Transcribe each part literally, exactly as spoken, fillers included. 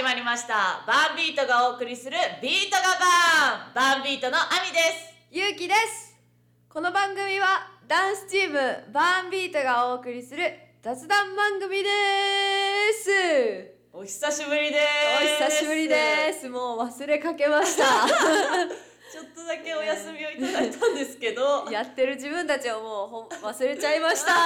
始まりました。バンビートがお送りするビートがバン。バンビートのアミです。 ゆうきです。この番組はダンスチームバンビートがお送りする雑談番組です。 お久しぶりです。 お久しぶりです。もう忘れかけましたちょっとだけお休みをいただいたんですけどやってる自分たちをもうほん忘れちゃいました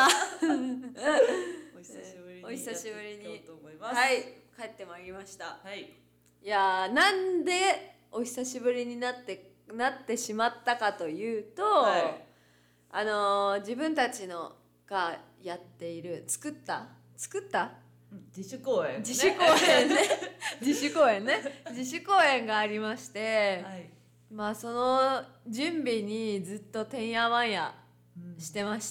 お久しぶりにお久しぶりにやっていこうと思います。 はい、帰ってまいりました。 はい。 いやー、なんでお久しぶりになってなってしまったかというと、はい、あのー、自分たちのがやっている作った作った自主公演、ね、 自主公演ね自主公演ね自主公演がありまして、はい、まあその準備にずっとてんやわんやしてまして、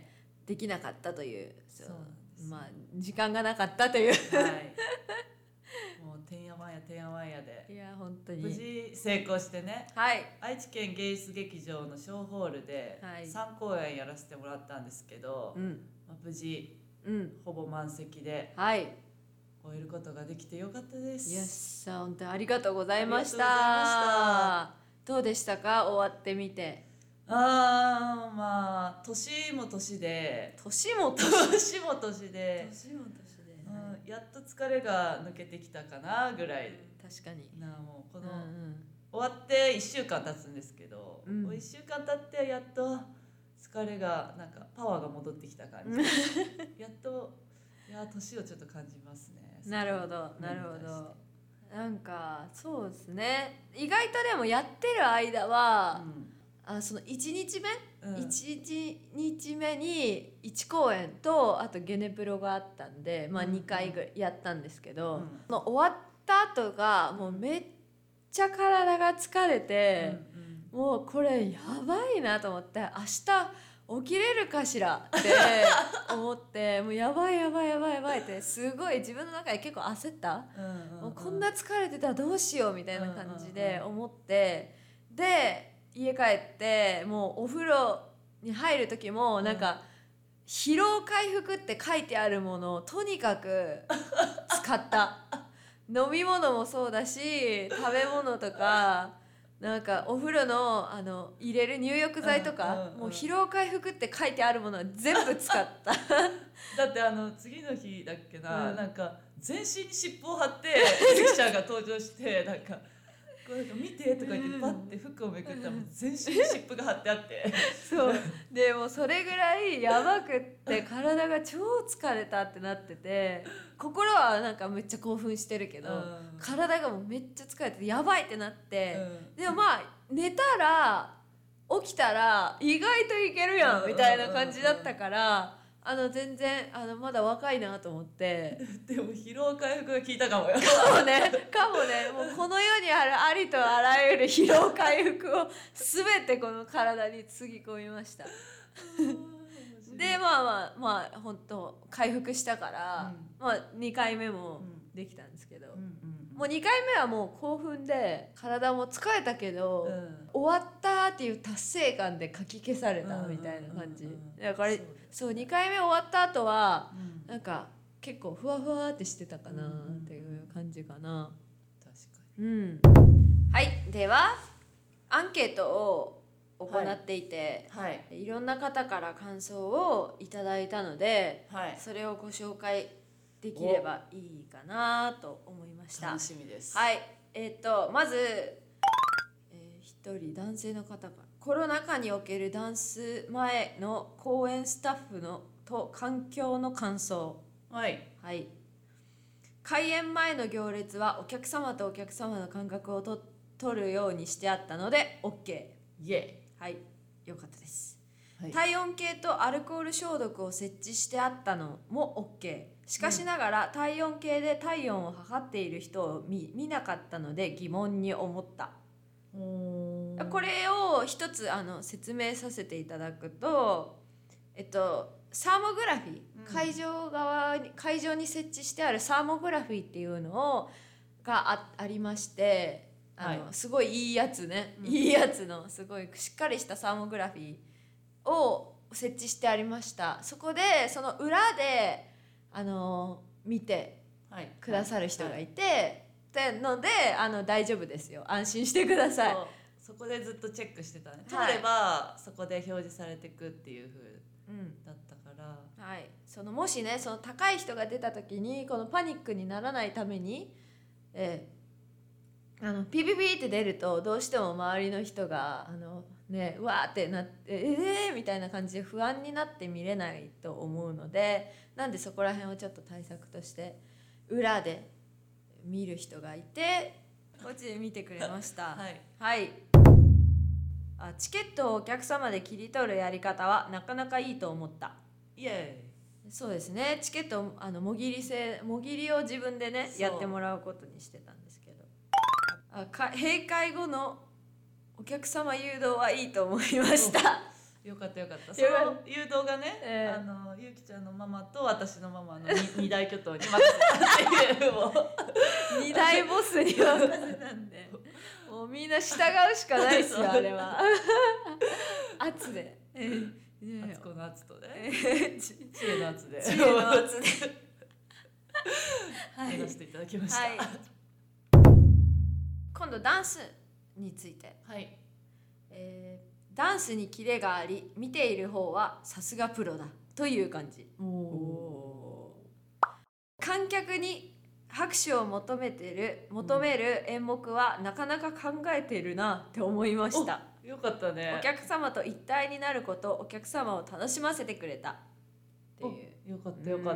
うん、できなかったという、そう、まあ時間がなかったという、はいもうてんやわんやてんやわんやで、 いや本当に無事成功してね、 はい、 愛知県芸術劇場の小ホールでさん公演やらせてもらったんですけど、はい、まあ、無事、うん、ほぼ満席で、はい、終えることができてよかったです。 よっしゃ、本当にありがとうございました。ありがとうございました。どうでしたか、終わってみて。 あー、まあ年も年で年も年年も年で年も年で、 うん、やっと疲れが抜けてきたかなぐらい、うん、 確かにな、もうこの、うんうん、終わっていっしゅうかん経つんですけど、うん、もういっしゅうかん経ってやっと疲れがなんかパワーが戻ってきた感じやっと、いや年をちょっと感じますね。 なるほどなるほど。なんかそうですね、意外とでもやってる間は、うん、あそのいちにちめ、うん、いちにちめにいち公演とあとゲネプロがあったんで、まあ、にかいぐらいやったんですけど、うん、その終わった後がもうめっちゃ体が疲れて、うんうん、もうこれやばいなと思って、明日起きれるかしらって思ってもうやばいやばいやばいやばいってすごい自分の中で結構焦った、うんうんうん、もうこんな疲れてたらどうしようみたいな感じで思って、うんうんうん、で家帰ってもうお風呂に入る時もなんか、うん、疲労回復って書いてあるものをとにかく使った飲み物もそうだし食べ物とかなんかお風呂 の, あの入れる入浴剤とか、うんうんうん、もう疲労回復って書いてあるものは全部使っただってあの次の日だっけな、うん、なんか全身に尻尾を貼ってゆきちゃんが登場してなんかこうなんか見てとか言ってバッて服をめくったら全身に尻尾が貼ってあってそうでもそれぐらいやばくって体が超疲れたってなってて、心はなんかめっちゃ興奮してるけど、うん、体がもうめっちゃ疲れてやばいってなって、うん、でもまあ寝たら起きたら意外といけるやんみたいな感じだったから、あの全然あのまだ若いなと思ってでも疲労回復が効いたかもよかもねかもねもうこの世にあるありとあらゆる疲労回復を全てこの体につぎ込みましたでまあまあまあ本当回復したから、うん、まあにかいめもできたんですけど、うんうんうん、もうにかいめはもう興奮で体も疲れたけど、うん、終わったっていう達成感でかき消されたみたいな感じ、うんうんうんうん、だからそうにかいめ終わった後は、うん、なんか結構ふわふわってしてたかなっていう感じかな。 確かに、うん、はいではアンケートを行っていて、はいはい、いろんな方から感想をいただいたので、はい、それをご紹介できればいいかなと思いました。 楽しみです。 はい、えー、とまず、えー、ひとり男性の方がコロナ禍におけるダンス前の公演スタッフのと環境の感想。 はい、 はい、開演前の行列はお客様とお客様の間隔をと取るようにしてあったので OK。 イエー、はい、よかったです。はい、体温計とアルコール消毒を設置してあったのも OK。 しかしながら、うん、体温計で体温を測っている人を 見, 見なかったので疑問に思った。これを一つあの説明させていただくと、えっとサーモグラフィー、うん、会場側に会場に設置してあるサーモグラフィーっていうのをが あ, ありまして、あの、はい、すごいいいやつね、うん、いいやつのすごいしっかりしたサーモグラフィーを設置してありました。そこでその裏であの見てくださる人がいて、はいはい、ってのであの大丈夫ですよ、安心してください。 そ, そこでずっとチェックしてたね、はい、通ればそこで表示されていくっていう風だったから、 うん、はい、そのもしねその高い人が出た時にこのパニックにならないために、えー、あのピピピって出るとどうしても周りの人があのねうわーってなってえーみたいな感じで不安になって見れないと思うので、なんでそこら辺をちょっと対策として裏で見る人がいてこっちで見てくれましたはい、 はい、あチケットをお客様で切り取るやり方はなかなかいいと思った。 イエーイ。そうですね、チケットあのもぎり制もぎりを自分でねやってもらうことにしてたんですけど、あか閉会後のお客様誘導はいいと思いました。 よかったよかった。その誘導がね、えー、あのゆうきちゃんのママと私のママの二大巨頭に任せたっていうもう二大ボスに任せたんでもうみんな従うしかないですよあれは。圧で、えー、圧子の圧とね、 えー、知恵の圧で知恵の圧でやらせていただきました、 はい、今度ダンスについて、 はいえーダンスにキレがあり見ている方はさすがプロだという感じ。お観客に拍手を求めてる求める演目はなかなか考えてるなって思いました。 よかったね。 お客様と一体になること、お客様を楽しませてくれたっていう。 よかったよかった。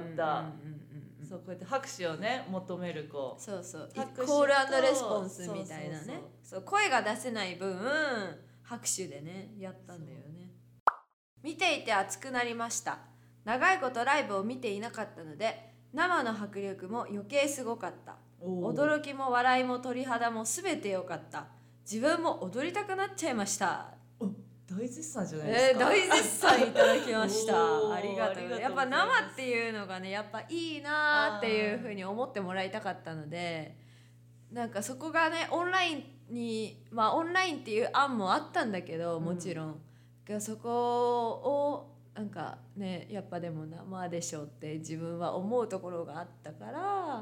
そうこうやって拍手をね求める子。 そうそう。コール&レスポンスみたいなね。そう声が出せない分拍手でねやったんだよね。見ていて熱くなりました。長いことライブを見ていなかったので生の迫力も余計すごかった。驚きも笑いも鳥肌も全て良かった。自分も踊りたくなっちゃいました。 大絶賛じゃないですか。 えー、大絶賛いただきました。ありがとう。やっぱ生っていうのがねやっぱいいなっていうふうに思ってもらいたかったので、なんかそこがねオンラインにまあオンラインっていう案もあったんだけどもちろん、うん、そこをなんかねやっぱでも生でしょって自分は思うところがあったから、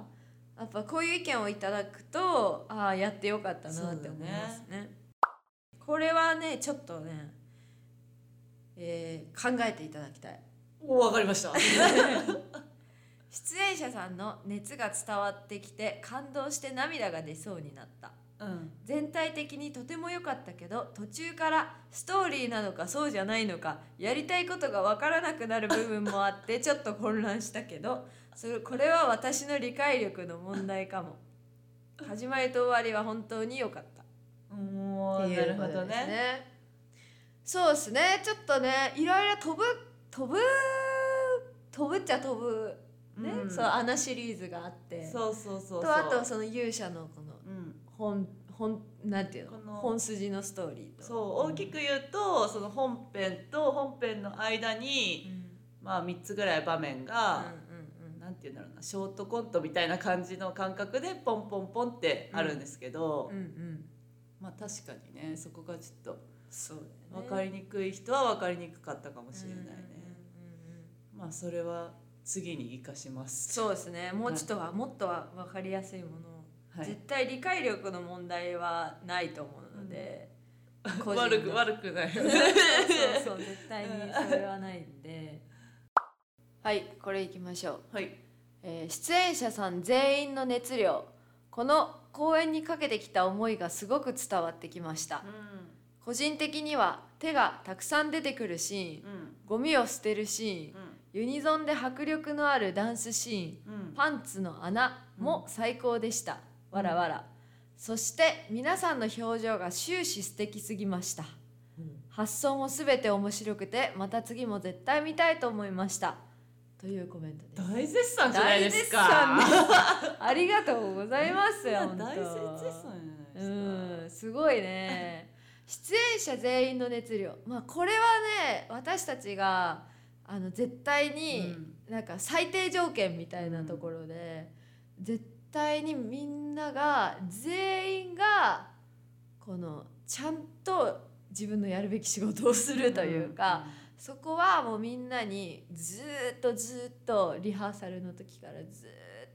やっぱこういう意見をいただくとああやってよかったなって思いますね。ねこれはねちょっとね、えー、考えていただきたい。 おわかりました。 出演者さんの熱が伝わってきて感動して涙が出そうになった、うん、全体的にとても良かったけど途中からストーリーなのかそうじゃないのかやりたいことが分からなくなる部分もあってちょっと混乱したけどそれこれは私の理解力の問題かも。始まりと終わりは本当に良かった。 もうなるほどね。 そうですね、ちょっとねいろいろ飛ぶ飛ぶ飛ぶっちゃ飛ぶね、うん、そうアナシリーズがあってそうそうそうそうとあとその勇者のこの本、本なんていうの、の本筋のストーリーとそう大きく言うとその本編と本編の間に、うん、まあみっつぐらい場面が、うんうんうん、なんていうんだろうなショートコントみたいな感じの感覚でポンポンポンってあるんですけど、うんうんうん、まあ確かにねそこがちょっとそうだよね、分かりにくい人は分かりにくかったかもしれないね、うんうんうんうん、まあそれは次に生かします。 そうですね、もうちょっとは、はい、もっとは分かりやすいものを、はい、絶対理解力の問題はないと思うので、 うん、悪く悪くないそうそうそう絶対にそれはないんではいこれいきましょう、 はいえー、出演者さん全員の熱量、この公演にかけてきた思いがすごく伝わってきました、うん、個人的には手がたくさん出てくるシーン、うん、ゴミを捨てるシーン、うんユニゾンで迫力のあるダンスシーン、うん、パンツの穴も最高でした、うん、わらわら。そして皆さんの表情が終始素敵すぎました、うん、発想もすべて面白くてまた次も絶対見たいと思いましたというコメントです。 大絶賛じゃないですか。 ありがとうございますよ。 大絶賛じゃないですか。 うんすごいね。出演者全員の熱量、まあこれはね私たちがあの絶対になんか最低条件みたいなところで、うん、絶対にみんなが全員がこのちゃんと自分のやるべき仕事をするというか、うん、そこはもうみんなにずっとずっとリハーサルの時からずっ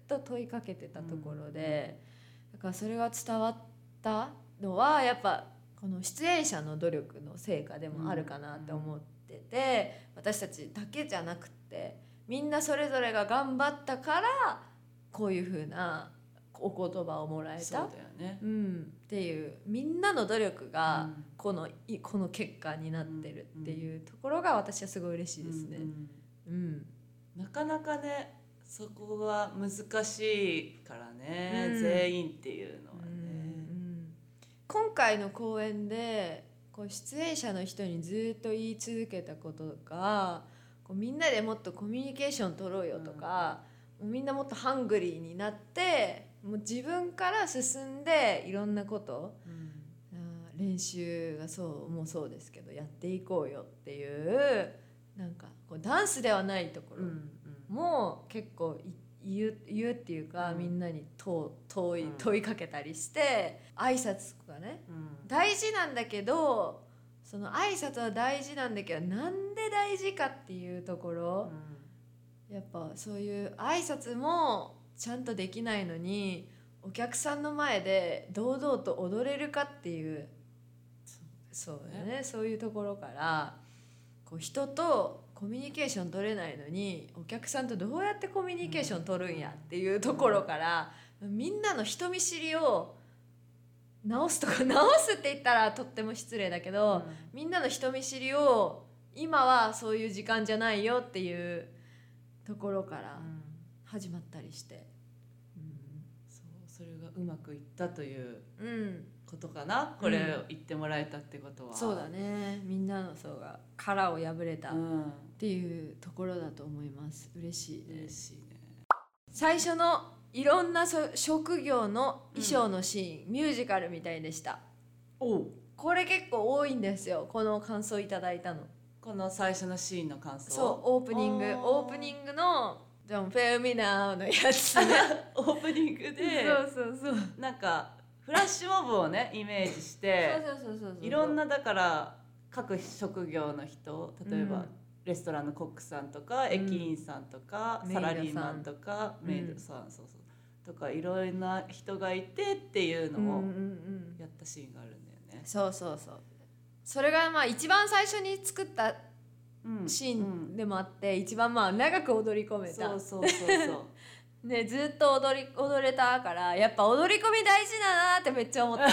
と問いかけてたところで、だからそれが伝わったのはやっぱこの出演者の努力の成果でもあるかなって思ってて、私たちだけじゃなくてみんなそれぞれが頑張ったからこういう風なお言葉をもらえた、 そうだよね、 うん、っていうみんなの努力がこの、うん、この結果になってるっていうところが私はすごい嬉しいですね、うんうんうん、なかなかねそこは難しいからね、うん、全員っていうのはね、うんうん、 今回の公演でこう出演者の人にずっと言い続けたことがこうみんなでもっとコミュニケーション取ろうよとか、うん、もうみんなもっとハングリーになってもう自分から進んでいろんなこと、うん、練習がそうもうそうですけどやっていこうよっていうなんかこうダンスではないところも結構言う、言うっていうか、うん、みんなに問い、問いかけたりして挨拶とかね、うん、大事なんだけどその挨拶は大事なんだけどなんで大事かっていうところ、うん、やっぱそういう挨拶もちゃんとできないのにお客さんの前で堂々と踊れるかっていうそうだね、そういうところからこう人とコミュニケーション取れないのにお客さんとどうやってコミュニケーション取るんやっていうところからみんなの人見知りを直すとか直すって言ったらとっても失礼だけど、うん、みんなの人見知りを今はそういう時間じゃないよっていうところから始まったりして、 うん、そうそれがうまくいったということかな、うん、これを言ってもらえたってことは、 うん、そうだねみんなの層が殻を破れたっていうところだと思います。嬉しいね、 嬉しいね。 最初のいろんな職業の衣装のシーン、うん、ミュージカルみたいでした。 おうこれ結構多いんですよこの感想いただいたの。 この最初のシーンの感想。 そうオープニングオープニングの「Don't fail me now」のやつねオープニングでそうそうそうなんかフラッシュモブをねイメージしていろんなだから各職業の人例えば、うんレストランのコックさんとか、うん、駅員さんとかサラリーマンとかメイドさん、うん、そうそうとかいろんな人がいてっていうのをやったシーンがあるんだよね、うんうんうん、 そうそうそうそれがまあ一番最初に作ったシーンでもあって、うんうん、一番まあ長く踊り込めたそうそうそうそうね、ずっと踊り踊れたからやっぱ踊り込み大事だなってめっちゃ思った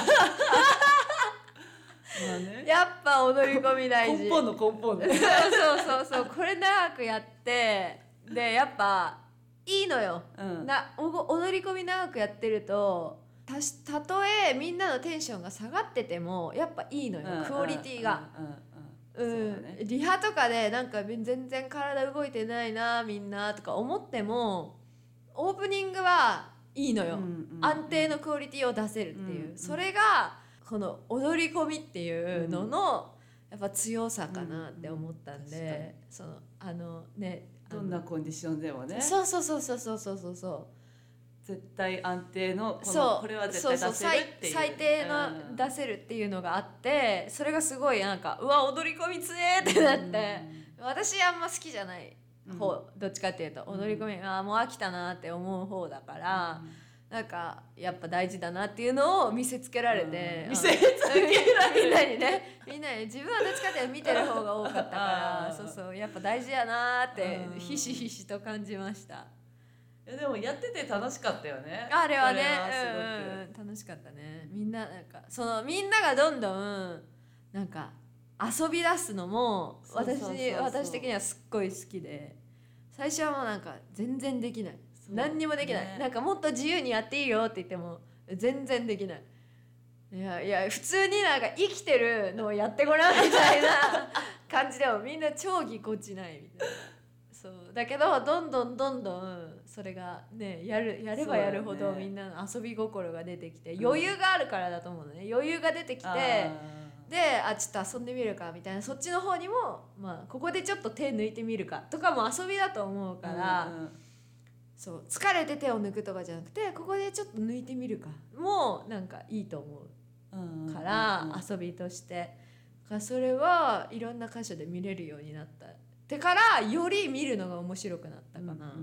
まあね、やっぱ踊り込み大事根本の根本そうそうそうそうこれ長くやってでやっぱいいのよ、うん、な踊り込み長くやってると た, たとえみんなのテンションが下がっててもやっぱいいのよ、うん、クオリティがリハとかでなんか全然体動いてないなみんなとか思ってもオープニングはいいのよ、うんうんうん、安定のクオリティを出せるっていう、うんうん、それがこの踊り込みっていうののやっぱ強さかなって思ったんで、うん、そのあのねどんなコンディションでもねそうそうそうそうそうそうそうそう絶対安定のこのこれは絶対出せるっていう、 最低の出せるっていうのがあってそれがすごいなんかうわ踊り込み強えってなって、うん、私あんま好きじゃない方、うん、どっちかっていうと踊り込み、うん、あもう飽きたなって思う方だから、うんなんかやっぱ大事だなっていうのを見せつけられて、 うん、見せつけられてみんなにねみんなに自分はどっちかっていうと見てる方が多かったからそうそうやっぱ大事やなってひしひしと感じました。 いやでもやってて楽しかったよねあれはねはうん、楽しかったねみんななんかそのみんながどんどんなんか遊び出すのも私私的にはすっごい好きで最初はもうなんか全然できない何にもできない、ね、なんかもっと自由にやっていいよって言っても全然できないいやいや普通になんか生きてるのをやってごらんみたいな感じでもみんな超ぎこちないみたいなそうだけどどんどんどんどんそれがねやるやればやるほどみんなの遊び心が出てきて、余裕があるからだと思うのね余裕が出てきてであちょっと遊んでみるかみたいなそっちの方にも、まあ、ここでちょっと手抜いてみるかとかも遊びだと思うから、うんうんそう疲れて手を抜くとかじゃなくてここでちょっと抜いてみるかもうなんかいいと思うから、うんうんうん、遊びとしてそれはいろんな箇所で見れるようになったてからより見るのが面白くなったかな、うんうん、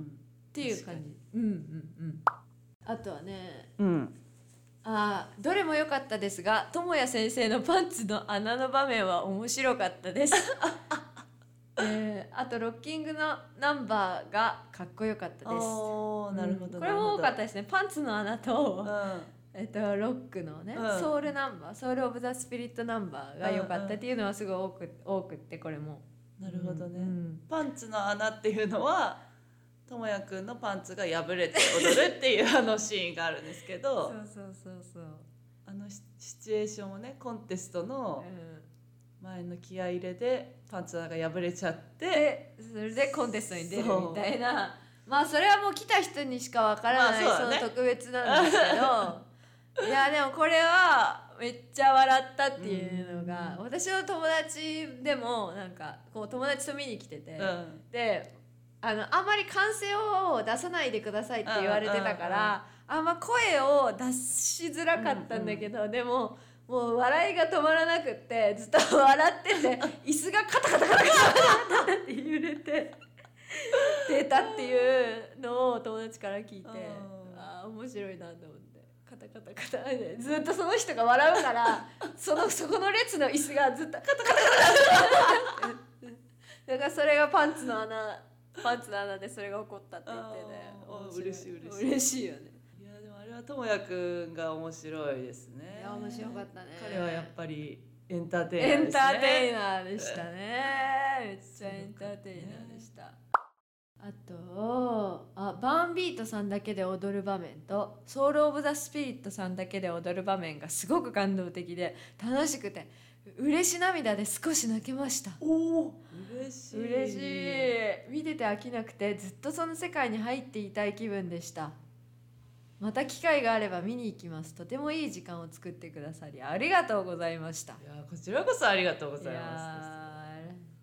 っていう感じ。うんうんうん。あとはね、 うん、 あどれも良かったですが、智也先生のパンツの穴の場面は面白かったです。えー、あとロッキングのナンバーがかっこよかったです。 おー、なるほど、 うん、これも多かったですね。パンツの穴と、 うんえっと、ロックのね、 うん、 ソウルナンバー、ソウルオブザスピリットナンバーが良かったっていうのはすごい多く、多くってこれも。 なるほどね、 うん、 パンツの穴っていうのは智也くんのパンツが破れて踊るっていうあのシーンがあるんですけどそうそうそうそう、 あのシチュエーションをね、コンテストのうん、 前の気合い入れでパンツが破れちゃってでそれでコンテストに出るみたいな、まあそれはもう来た人にしかわからない、まあ そ, ね、その特別なんですけどいやでもこれはめっちゃ笑ったっていうのが、うん、私の友達でもなんかこう友達と見に来てて、うん、であのあんまり歓声を出さないでくださいって言われてたから、うん、あんま声を出しづらかったんだけど、うんうん、でももう笑いが止まらなくってずっと笑ってて椅子がカタカタカタカタカタって揺れて出たっていうのを友達から聞いて、ああ面白いなと思って。カタカタカタでずっとその人が笑うからそのそこの列の椅子がずっとカタカタカタってだからそれがパンツの穴パンツの穴でそれが起こったって言ってね、 嬉しい嬉しい嬉しいよね。 いやでもあれは智也くんが面白いですね。 いや面白かったね。 彼はやっぱりエンターテイナーですね。 エンターテイナーでしたね。めっちゃエンターテイナーでした。あとあバーンビートさんだけで踊る場面とソウルオブザスピリットさんだけで踊る場面がすごく感動的で楽しくて嬉し涙で少し泣けました。 おお嬉しい嬉しい。見てて飽きなくてずっとその世界に入っていたい気分でした。また機会があれば見に行きます。とてもいい時間を作ってくださりありがとうございました。いやこちらこそありがとうございます。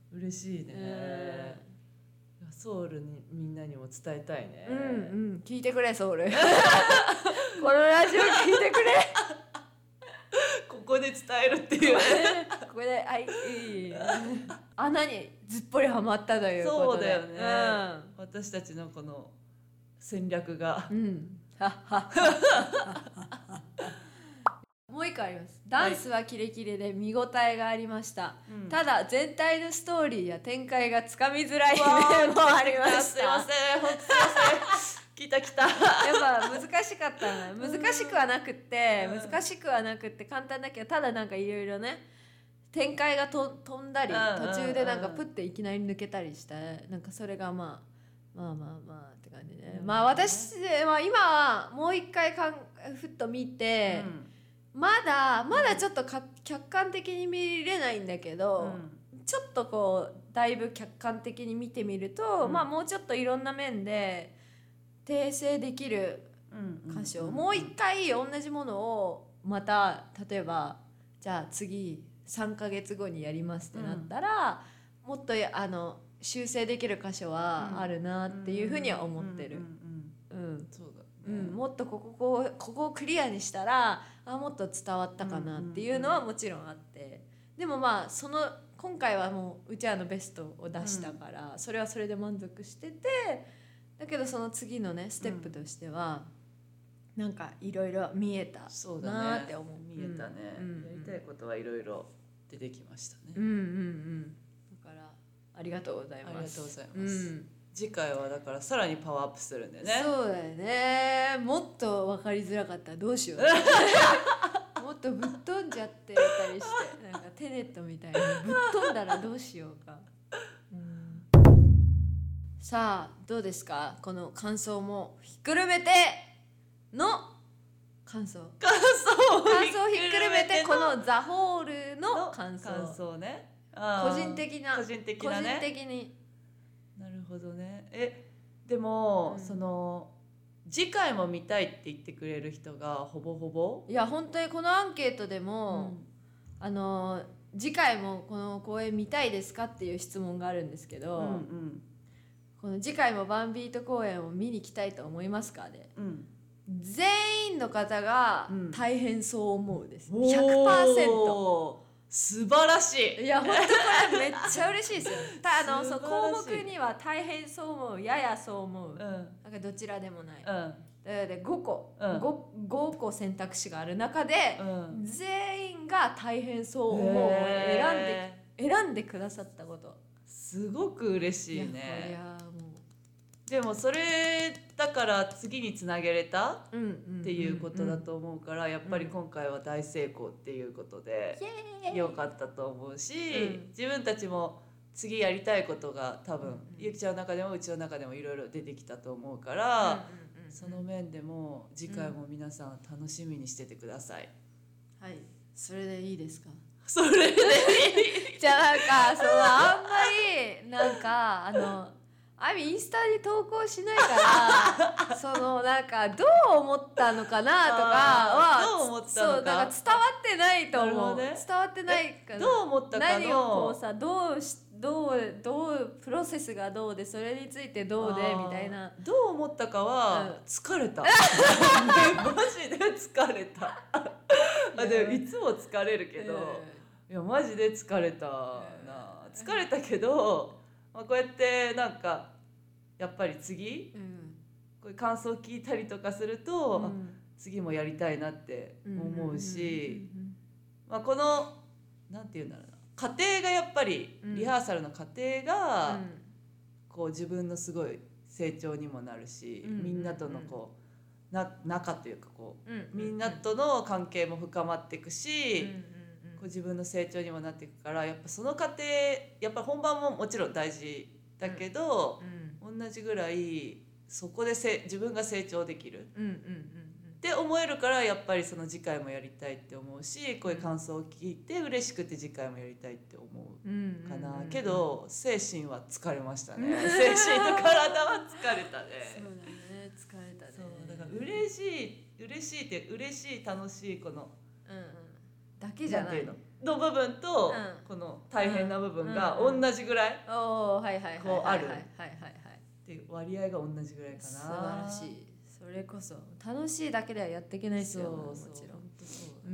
嬉しいね。ソウルにみんなにも伝えたいね。 うんうん聞いてくれソウルこのラジオ聞いてくれここで伝えるっていうここであいい穴にずっぽりはまったということで。 そうだよね、うん、私たちのこの戦略が、うん、もう一個あります。ダンスはキレキレで見応えがありました、はい、ただ全体のストーリーや展開がつかみづらい面もありました。 すいません本当すいません来た来たやっぱ難しかったな。難しくはなくって難しくはなくって簡単だけど、ただなんかいろいろね展開がと飛んだり途中でなんかプッていきなり抜けたりしてなんかそれがまあまあまあまあって感じね。まあ私は今もう一回かんふっと見て、うん、まだまだちょっとか客観的に見れないんだけど、うん、ちょっとこうだいぶ客観的に見てみると、うん、まあもうちょっといろんな面で訂正できる箇所、うんうんうんうん、もう一回同じものをまた例えばじゃあ次さんかげつごにやりますってなったら、うん、もっとあの修正できる箇所はあるなっていうふうには思ってる。もっとこここうここをクリアにしたらあもっと伝わったかなっていうのはもちろんあって、でもまあその今回はもううちらのベストを出したから、うん、それはそれで満足してて。だけどその次のねステップとしては、うん、なんかいろいろ見えたなって思う。 見えたね、うん、やりたいことはいろいろ出てきましたね。 うんうんうん。だからありがとうございます。 ありがとうございます、うん、次回はだからさらにパワーアップするんでね。 そうだよね。もっと分かりづらかったらどうしようもっとぶっ飛んじゃってたりしてなんかテネットみたいにぶっ飛んだらどうしようか。さあどうですかこの感想もひっくるめての感想感想をひっくるめてこのザホールの感想感想ね。 個人的な個人的なね。 個人的になるほどね。えでも、うん、その次回も見たいって言ってくれる人がほぼほぼいや本当にこのアンケートでも、うん、あの次回もこの公演見たいですかっていう質問があるんですけど、うんうんこの次回もバンビート公演を見に来たいと思いますかで、うん、全員の方が大変そう思うです、うん、ひゃくパーセント素晴らしい。 いや本当これめっちゃ嬉しいですよ。たあのそう項目には大変そう思う、ややそう思う、うん、なんかどちらでもない、うん、でごこ、うん、5, ごこ選択肢がある中で、うん、全員が大変そう思うを選んで、選んでくださったことすごく嬉しいね。 いやもうでもそれだから次につなげれたっていうことだと思うから、やっぱり今回は大成功っていうことで良かったと思うし、自分たちも次やりたいことが多分ゆきちゃんの中でもうちの中でもいろいろ出てきたと思うから、その面でも次回も皆さん楽しみにしててください。 はい、それでいいですか？ それでいいじゃあなんかそのあんまりなんかあのあみインスタに投稿しないからそのなんかどう思ったのかなとかはどう思ったのか、 そうだから伝わってないと思う、 ね、 伝わってないからどう思ったかの何をこうさどうしどうどうプロセスがどうでそれについてどうでみたいなどう思ったかは疲れた、うん、マジで疲れたあでもいつも疲れるけど、いやマジで疲れたな、疲れたけどまあ、こうやってなんかやっぱり次、うん、こういう感想を聞いたりとかすると、うん、次もやりたいなって思うし、まあ、このなんていうんだろうな過程がやっぱり、うん、リハーサルの過程が、うん、こう自分のすごい成長にもなるし、うん、みんなとのこうな仲というかこう、うん、みんなとの関係も深まっていくし、うんこう自分の成長にもなっていくから、やっぱその過程やっぱ本番ももちろん大事だけど、うん、同じぐらいそこでせ自分が成長できる、うんうんうんうん、って思えるから、やっぱりその次回もやりたいって思うし、こういう感想を聞いて嬉しくて次回もやりたいって思うかな、うんうんうんうん、けど精神は疲れましたね精神と体は疲れたねそうだね、疲れたね。 そうだから嬉しい嬉しいって嬉しい楽しいこの、うんうんだけじゃないの部分と、うん、この大変な部分が同じぐらいこうあるっていう割合が同じぐらいかな。 素晴らしい。それこそ楽しいだけではやっていけないですよ。もちろん。そうですね。うん、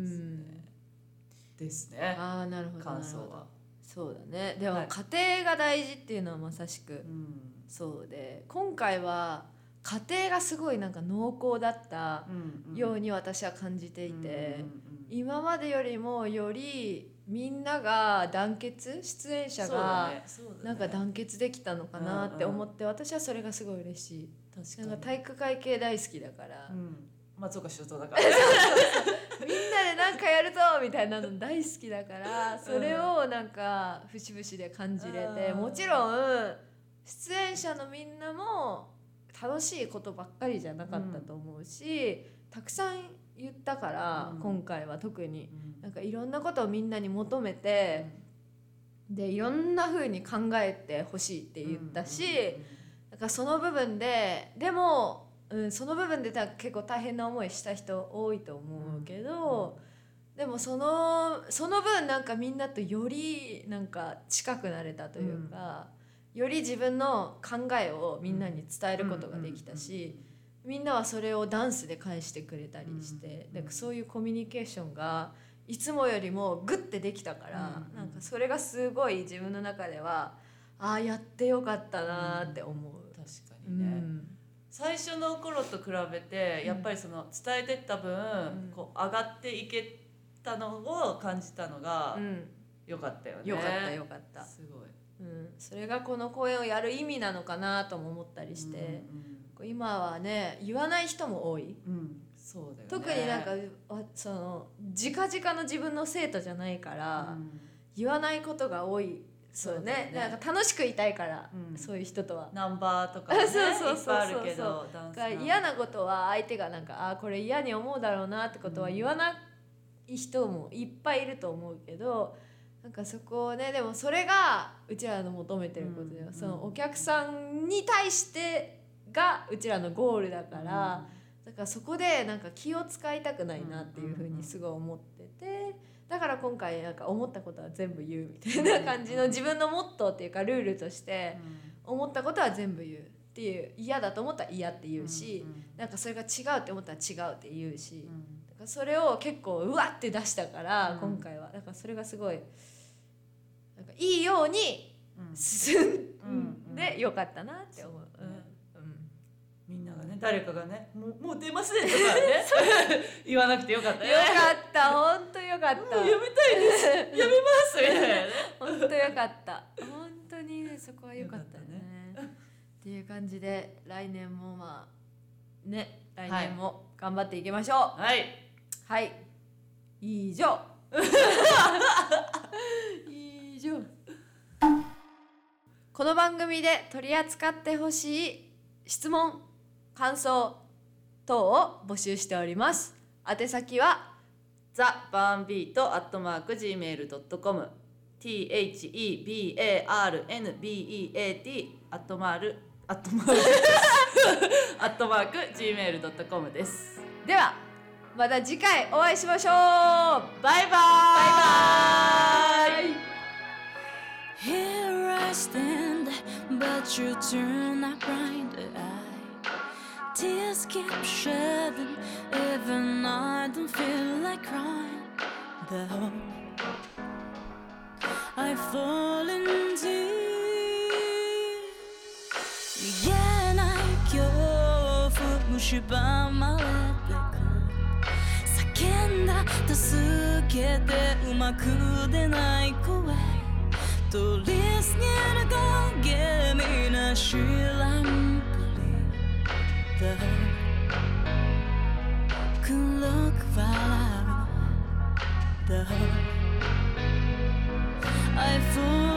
ですね。 ああなるほど。 感想は。 そうだね。でも、はい、家庭が大事っていうのはまさしく、うん、そうで今回は家庭がすごいなんか濃厚だったように私は感じていて。うんうん今までよりもよりみんなが団結出演者がなんか団結できたのかなって思って、私はそれがすごい嬉しい。確かになんか体育会系大好きだから、うん、 松岡修造だからみんなで何かやるぞみたいなの大好きだからそれをなんか節々で感じれて、もちろん出演者のみんなも楽しいことばっかりじゃなかったと思うし、たくさん言ったから、うん、今回は特に、うん、なんかいろんなことをみんなに求めて、うん、でいろんな風に考えてほしいって言ったし、だからその部分ででも、うん、その部分で結構大変な思いした人多いと思うけど、うん、でもそのその分なんかみんなとよりなんか近くなれたというか、うん、より自分の考えをみんなに伝えることができたし、みんなはそれをダンスで返してくれたりして、うん、なんかそういうコミュニケーションがいつもよりもグッてできたから、うん、なんかそれがすごい自分の中ではああやってよかったなって思う、うん、 確かにね、うん、最初の頃と比べてやっぱりその伝えてった分、うん、こう上がっていけたのを感じたのがよかったよね、 よかったよかったすごい、 うん、それがこの公演をやる意味なのかなとも思ったりして、うんうん今はね言わない人も多い、うん、そうだよね、特になんかその直々の自分の生徒じゃないから、うん、言わないことが多い。そうね、そうね、なんか楽しくいたいから、うん、そういう人とはナンバーとかねそうそうそうそういっぱいあるけど嫌なことは相手がなんかあこれ嫌に思うだろうなってことは言わない人もいっぱいいると思うけど、なんかそこをねでもそれがうちらの求めてることでは、うん、そのお客さんに対してがうちらのゴールだから、うん、だからそこでなんか気を使いたくないなっていうふうにすごい思ってて、だから今回なんか思ったことは全部言うみたいな感じの自分のモットーっていうかルールとして思ったことは全部言うっていう、嫌だと思ったら嫌って言うし、なんかそれが違うって思ったら違うって言うし、だかかそれを結構うわって出したから、 うん、 今回はだからそれがすごいなんかいいように進んでよかったなって思う、うんうんうん、 みんながね誰かがねもう、もう出ませんとかね言わなくてよかったね。 よかった本当よかった。 もうやめたいですやめますみたいなね本当よかった本当にねそこはよかったねっていう感じで来年もまあね来年も頑張っていきましょう。 はいはい、以上以上この番組で取り扱ってほしい質問感想等を募集しております。宛先はザ・バーンビートアットマーク ジーメールドットコム ティーエイチイービーエーアールエヌビーイーエーティー アットマークアットマークアットマーク ジーメールドットコム です。 ではまた次回お会いしましょう。 バイバイ。 Here I stand, but you turn a blind eye. Tears keep shedding, even I don't feel like crying. The hope I fall into 言えない恐怖蝕まれてく叫んだ助けてうまく出ない声取り過ぎる影みなしランプに The hope 黒く笑う The hope I fall